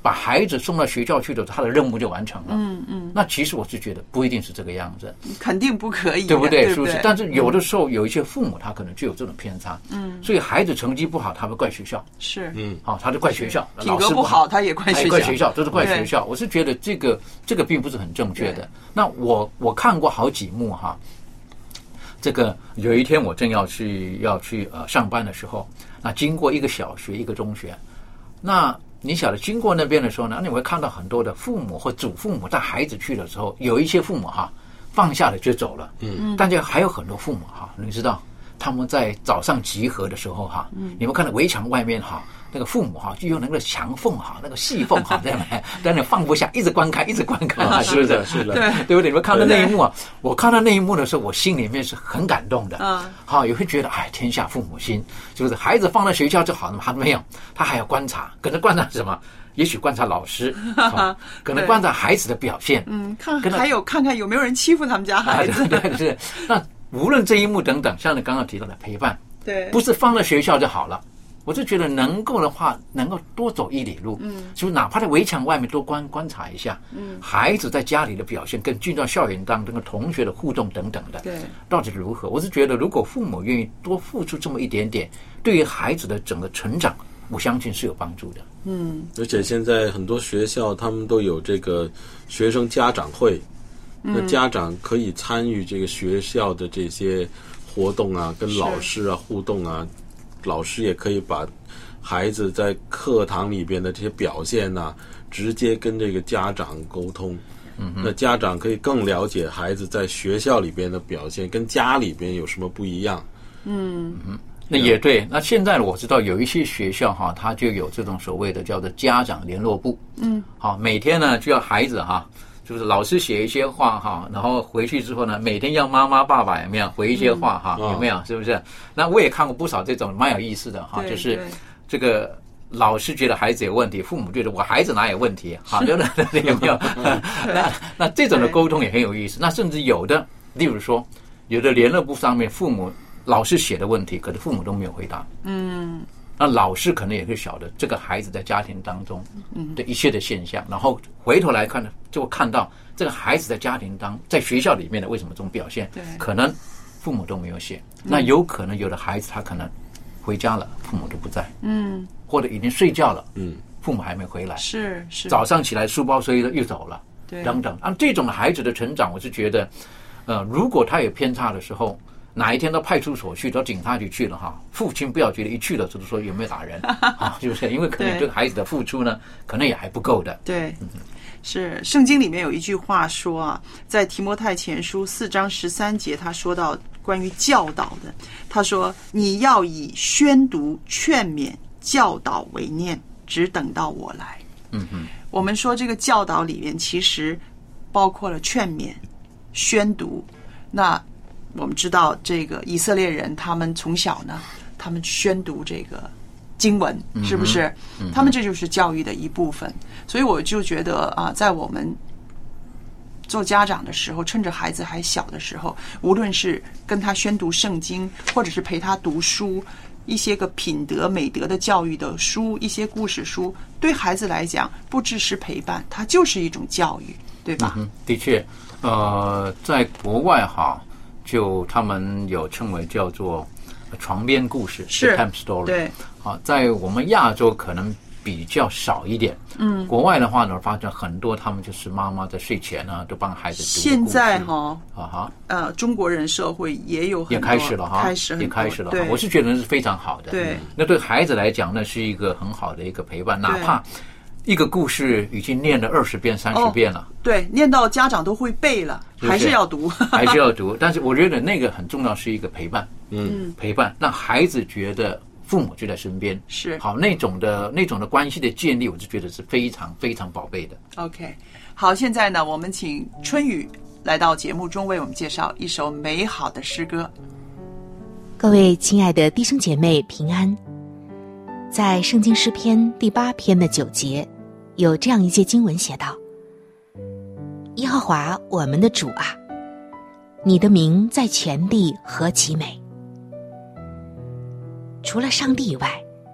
把孩子送到学校去的时候，他的任务就完成了。那其实我是觉得不一定是这个样子， 肯定不可以， 对不对？ 对不对？ 是不是？但是有的时候有一些父母他可能就有这种偏差，所以孩子成绩不好，他会怪学校， 是， 他就怪学校， 品格不好，他也怪学校， 怪学校，都是怪学校。我是觉得这个并不是很正确的。那我看过好几幕哈。这个有一天我正要去上班的时候，那经过一个小学一个中学，那你晓得经过那边的时候呢，你会看到很多的父母或祖父母带孩子去的时候，有一些父母哈放下了就走了，但是还有很多父母哈，你知道他们在早上集合的时候哈，你们看到围墙外面哈，那个父母哈就用那个墙缝哈，那个细缝哈，在那放不下，一直关开，是不是？ 是的， 对不对？你们看到那一幕啊，我看到那一幕的时候，我心里面是很感动的，也会觉得哎，天下父母心，就是孩子放到学校就好了嘛，还没有，他还要观察，可能观察什么？也许观察老师，可能观察孩子的表现， 看看有没有人欺负他们家孩子， 对。那无论这一幕等等，像你刚刚提到的陪伴， 对， 不是放在学校就好了。我就觉得能够的话，能够多走一里路，就哪怕在围墙外面多观察一下，孩子在家里的表现跟进到校园当中跟同学的互动等等的， 对， 到底如何？我是觉得，如果父母愿意多付出这么一点点，对于孩子的整个成长，我相信是有帮助的。 而且现在很多学校他们都有这个学生家长会，那家长可以参与这个学校的这些活动啊，跟老师啊互动啊。老师也可以把孩子在课堂里边的这些表现啊，直接跟这个家长沟通。那家长可以更了解孩子在学校里边的表现跟家里边有什么不一样。 那也对。那现在我知道有一些学校哈，它就有这种所谓的叫做家长联络部。好，每天呢就要孩子哈。就是老师写一些话哈，然后回去之后呢，每天要妈妈爸爸有没有回一些话哈，有没有？是不是？那我也看过不少这种蛮有意思的哈，就是这个老师觉得孩子有问题，父母觉得我孩子哪有问题？好，有没有？那这种的沟通也很有意思。那甚至有的，例如说，有的联络簿上面老师写的问题，可是父母都没有回答。那老师可能也会晓得这个孩子在家庭当中的一切的现象，然后回头来看呢，就会看到这个孩子在家庭在学校里面的为什么这种表现，可能父母都没有写。那有可能有的孩子他可能回家了，父母都不在，或者已经睡觉了，父母还没回来， 是早上起来书包背着又走了，等等。这种孩子的成长，我是觉得，如果他有偏差的时候。哪一天到派出所去，到警察局去了哈，父亲不要觉得一去了就是说有没有打人啊，是不是？因为可能对孩子的付出呢，可能也还不够的。 对，是圣经里面有一句话说啊，在提摩太前书4章13节，他说到关于教导的，他说你要以宣读、劝勉、教导为念，只等到我来。我们说这个教导里面其实包括了劝勉、宣读，那。我们知道这个以色列人，他们从小呢，他们宣读这个经文，是不是？他们这就是教育的一部分。所以我就觉得啊，在我们做家长的时候，趁着孩子还小的时候，无论是跟他宣读圣经，或者是陪他读书，一些个品德美德的教育的书，一些故事书，对孩子来讲，不只是陪伴，它就是一种教育，对吧？ 的确，在国外哈。就他们有称为叫做床边故事， 是 time story。 对， 好，在我们亚洲可能比较少一点。国外的话呢，发现很多他们就是妈妈在睡前呢都帮孩子读故事。 现在中国人社会也有很多也开始了哈，也开始了。我是觉得是非常好的。 对， 那对孩子来讲呢，是一个很好的一个陪伴，哪怕。一个故事已经念了20遍、30遍了， 对，念到家长都会背了，还是要读， 还是要读。但是我觉得那个很重要，是一个陪伴，陪伴让孩子觉得父母就在身边， 是好那种的关系的建立，我就觉得是非常非常宝贝的。 OK， 好，现在呢，我们请春雨来到节目中为我们介绍一首美好的诗歌。 各位亲爱的弟兄姐妹平安，在圣经诗篇第8篇的9节。有这样一节经文写道：耶和华我们的主啊，你的名在全地何其美。除了上帝以外，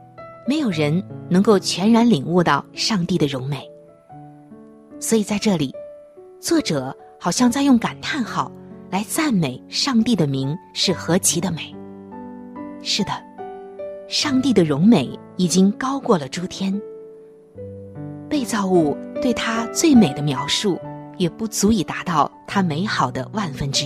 没有人能够全然领悟到上帝的荣美。所以在这里，作者好像在用感叹号来赞美上帝的名是何其的美。是的，上帝的荣美已经高过了诸天，被造物对他最美的描述也不足以达到他美好的1/1000。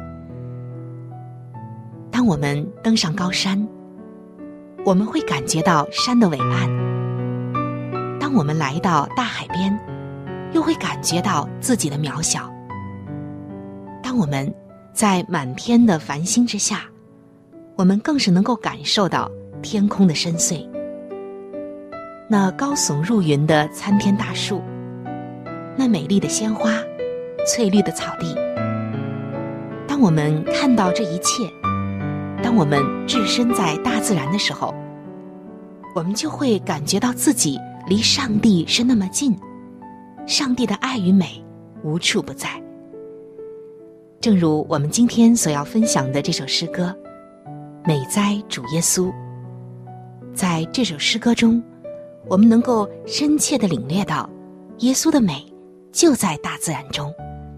当我们登上高山，我们会感觉到山的伟岸；当我们来到大海边，又会感觉到自己的渺小。当我们在满天的繁星之下，我们更是能够感受到天空的深邃。那高耸入云的参天大树，那美丽的鲜花，翠绿的草地。当我们看到这一切，当我们置身在大自然的时候，我们就会感觉到自己离上帝是那么近，上帝的爱与美无处不在。正如我们今天所要分享的这首诗歌《美哉主耶稣》，在这首诗歌中，我们能够深切地领略到耶稣的美就在大自然中。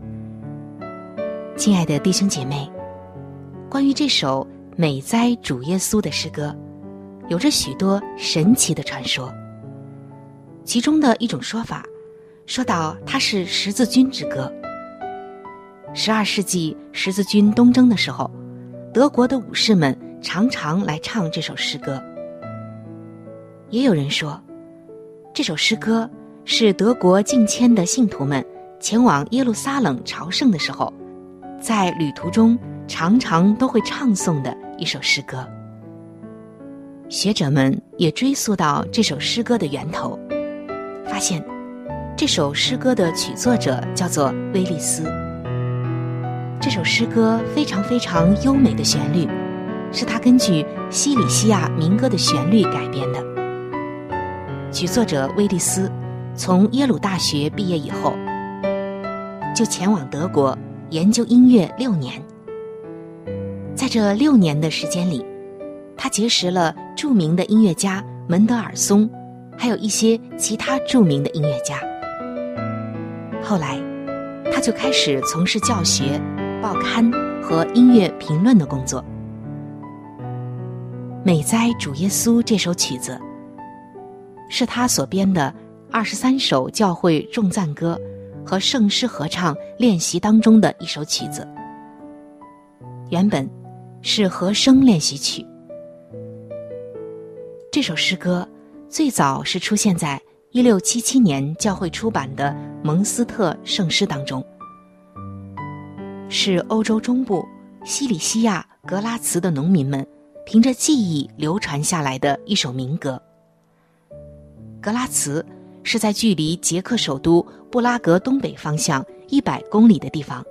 亲爱的弟兄姐妹，关于这首美哉主耶稣的诗歌，有着许多神奇的传说。其中的一种说法说到它是十字军之歌。12世纪十字军东征的时候，德国的武士们常常来唱这首诗歌。也有人说，这首诗歌是德国近千的信徒们前往耶路撒冷朝圣的时候，在旅途中常常都会唱诵的一首诗歌。学者们也追溯到这首诗歌的源头，发现这首诗歌的曲作者叫做威利斯。这首诗歌非常非常优美的旋律，是他根据西里西亚民歌的旋律改编的。曲作者威利斯从耶鲁大学毕业以后，就前往德国研究音乐6年。在这6年的时间里，他结识了著名的音乐家门德尔松，还有一些其他著名的音乐家。后来他就开始从事教学、报刊和音乐评论的工作。美哉主耶稣这首曲子是他所编的23首教会众赞歌和圣诗合唱练习当中的一首曲子。原本是和声练习曲。这首诗歌最早是出现在1677年教会出版的蒙斯特圣诗当中，是欧洲中部西里西亚格拉茨的农民们凭着记忆流传下来的一首民歌。格拉茨是在距离捷克首都布拉格东北方向100公里的地方。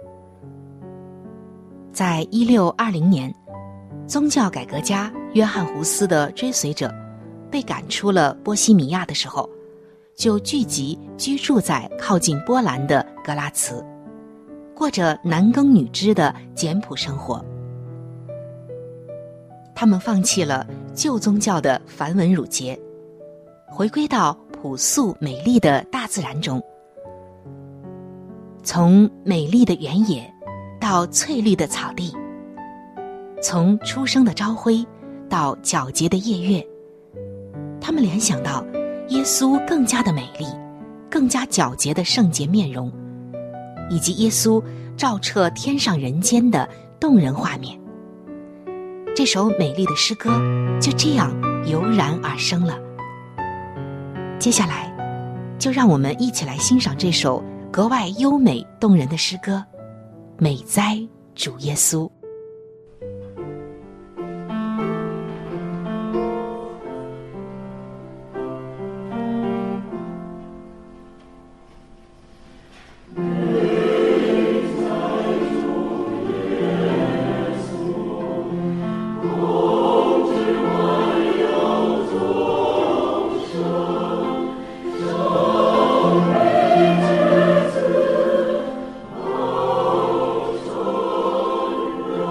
在1620年，宗教改革家约翰胡斯的追随者被赶出了波西米亚的时候，就聚集居住在靠近波兰的格拉茨，过着男耕女织的简朴生活。他们放弃了旧宗教的繁文缛节，回归到朴素美丽的大自然中。从美丽的原野到翠绿的草地，从初升的朝晖到皎洁的夜月，他们联想到耶稣更加的美丽，更加皎洁的圣洁面容，以及耶稣照彻天上人间的动人画面。这首美丽的诗歌就这样油然而生了。接下来就让我们一起来欣赏这首格外优美动人的诗歌《美哉主耶稣》。 主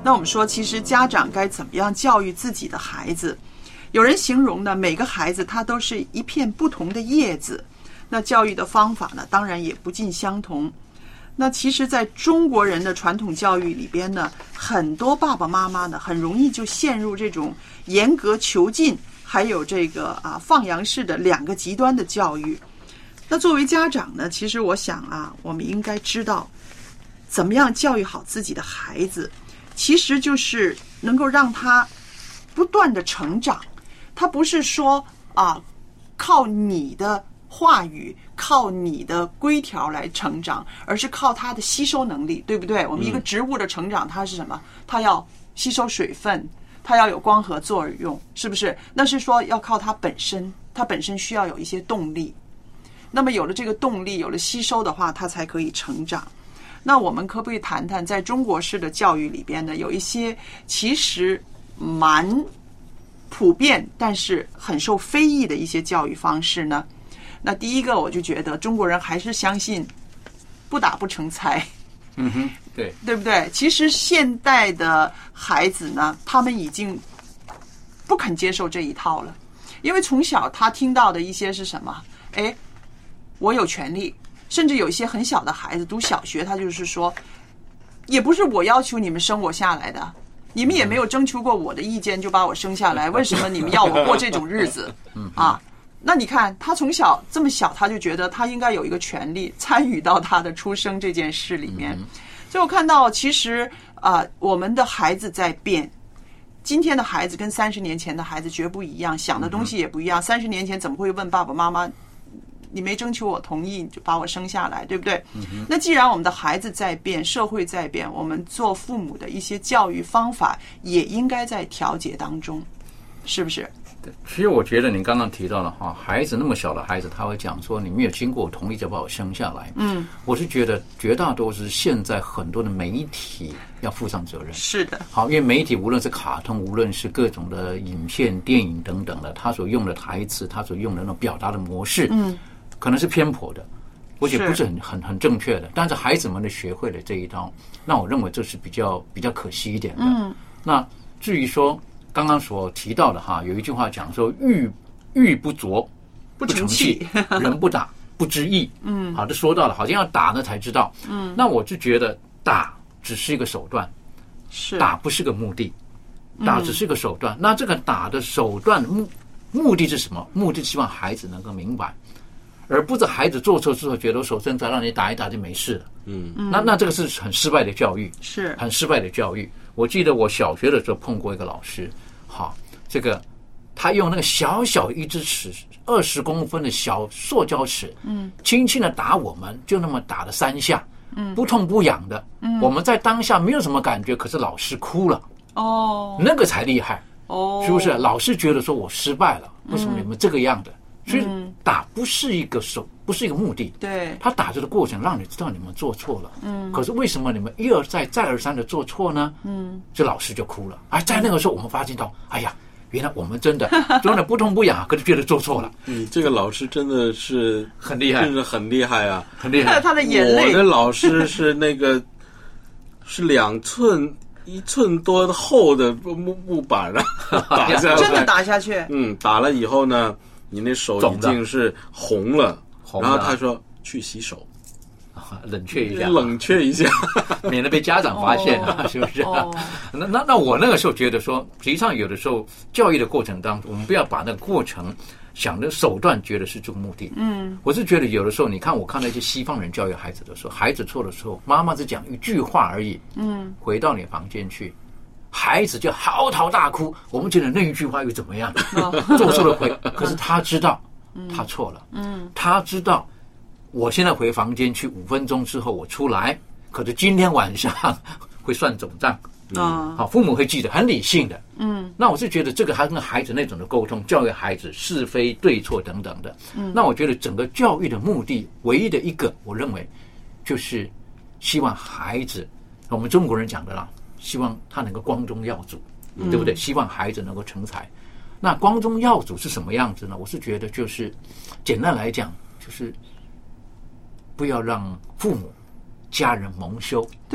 那我们说，其实家长该怎么样教育自己的孩子？有人形容呢，每个孩子他都是一片不同的叶子。那教育的方法呢，当然也不尽相同。那其实在中国人的传统教育里边呢，很多爸爸妈妈呢很容易就陷入这种严格囚禁还有这个放羊式的两个极端的教育。那作为家长呢，其实我想我们应该知道怎么样教育好自己的孩子，其实就是能够让他不断的成长。他不是说靠你的话语靠你的规条来成长，而是靠它的吸收能力，对不对？我们一个植物的成长，它是什么？它要吸收水分，它要有光合作用，是不是？那是说要靠它本身，它本身需要有一些动力。那么有了这个动力，有了吸收的话，它才可以成长。那我们可不可以谈谈，在中国式的教育里边呢，有一些其实蛮普遍，但是很受非议的一些教育方式呢？那第一个，我就觉得中国人还是相信不打不成才。对不对？其实现代的孩子呢，他们已经不肯接受这一套了，因为从小他听到的一些是什么？我有权利，甚至有一些很小的孩子读小学，他就是说，也不是我要求你们生我下来的，你们也没有征求过我的意见就把我生下来，为什么你们要我过这种日子啊？那你看他从小这么小，他就觉得他应该有一个权利参与到他的出生这件事里面。所以我看到其实我们的孩子在变，今天的孩子跟30年前的孩子绝不一样，想的东西也不一样。30年前怎么会问爸爸妈妈，你没征求我同意就把我生下来，对不对？那既然我们的孩子在变，社会在变，我们做父母的一些教育方法也应该在调节当中，是不是？ 其实我觉得您刚刚提到了孩子那么小的孩子，他会讲说你没有经过我同意就把我生下来。我是觉得绝大多数现在很多的媒体要负上责任。 是的， 好，因为媒体无论是卡通，无论是各种的影片、电影等等的，他所用的台词，他所用的那种表达的模式，可能是偏颇的，而且不是很正确的。但是孩子们的学会了这一套，那我认为这是比较可惜一点的。那至于说刚刚所提到的有一句话讲说玉不琢不成器，人不打不知义。好的，说到了，好像要打呢才知道。那我就觉得打只是一个手段，打不是个目的，打只是个手段。那这个打的手段目的是什么？目的是希望孩子能够明白，而不是孩子做错之后觉得手伸出来让你打一打就没事了。那这个是很失败的教育，是很失败的教育。我记得我小学的时候碰过一个老师，这个他用那个小小一支尺，20公分的小塑胶尺，轻轻的打我们，就那么打了3下，不痛不痒的。我们在当下没有什么感觉，可是老师哭了。那个才厉害。是不是？老师觉得说我失败了，为什么你们这个样的？所以打不是一个不是一个目的。对，他打这个过程让你知道你们做错了。可是为什么你们一而再再而三的做错呢？这老师就哭了。在那个时候我们发现到，哎呀，原来我们真的不痛不痒，可是觉得做错了。 这个老师真的是很厉害， 真的很厉害啊， 很厉害。 他的眼泪。 我的老师是那个是2寸。1寸多厚的木板打下来， 真的打下去。 打了以后呢，你那手已经是红了。然后他说去洗手， 冷却一下，免得被家长发现是不是？那我那个时候觉得说，实际上有的时候教育的过程当中，我们不要把那个过程想的手段觉得是这个目的。我是觉得有的时候，你看我看到一些西方人教育孩子的时候，孩子错的时候，妈妈只讲一句话而已，回到你房间去，孩子就嚎啕大哭。我们觉得那一句话又怎么样？做错了回，可是他知道他错了，他知道我现在回房间去5分钟之后我出来，可是今天晚上会算总账。好，父母会记得，很理性的。那我是觉得这个还跟孩子那种的沟通，教育孩子是非对错等等的。那我觉得整个教育的目的，唯一的一个，我认为就是希望孩子，我们中国人讲的啦，希望他能够光宗耀祖，对不对？希望孩子能够成才。那光宗耀祖是什么样子呢？我是觉得就是简单来讲，就是不要让父母、家人蒙羞。 对。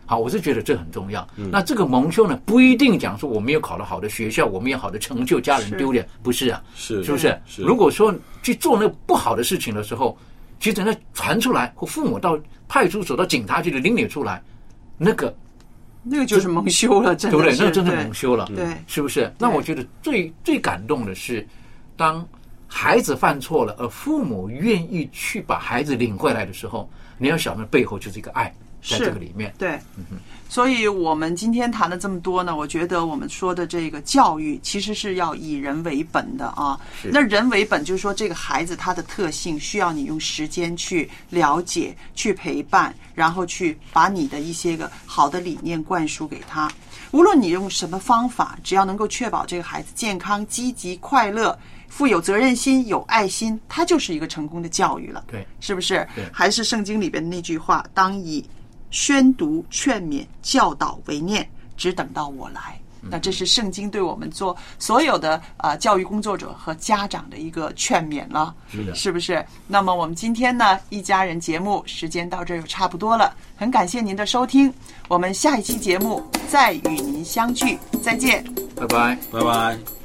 好，我是觉得这很重要。那这个蒙羞呢，不一定讲说我没有考到好的学校，我没有好的成就，家人丢脸，不是啊， 是不是？如果说去做那个不好的事情的时候，其实那传出来，或父母到派出所、到警察局里领你出来，那个就是蒙羞了，真的是， 对不对？那真的蒙羞了， 对， 是不是？那我觉得最感动的是，当孩子犯错了，而父母愿意去把孩子领回来的时候，你要想那背后就是一个爱，在这个里面。 对，所以我们今天谈了这么多呢，我觉得我们说的这个教育其实是要以人为本的啊。那人为本就是说，这个孩子他的特性需要你用时间去了解、去陪伴，然后去把你的一些个好的理念灌输给他。无论你用什么方法，只要能够确保这个孩子健康、积极、快乐、富有责任心、有爱心，它就是一个成功的教育了。 对， 是不是？ 对， 还是圣经里边的那句话：当以宣读、劝勉、教导为念，只等到我来。那这是圣经对我们做所有的教育工作者和家长的一个劝勉了， 是的， 是不是？那么我们今天呢，一家人节目时间到这儿又差不多了，很感谢您的收听，我们下一期节目再与您相聚，再见， 拜拜， 拜拜。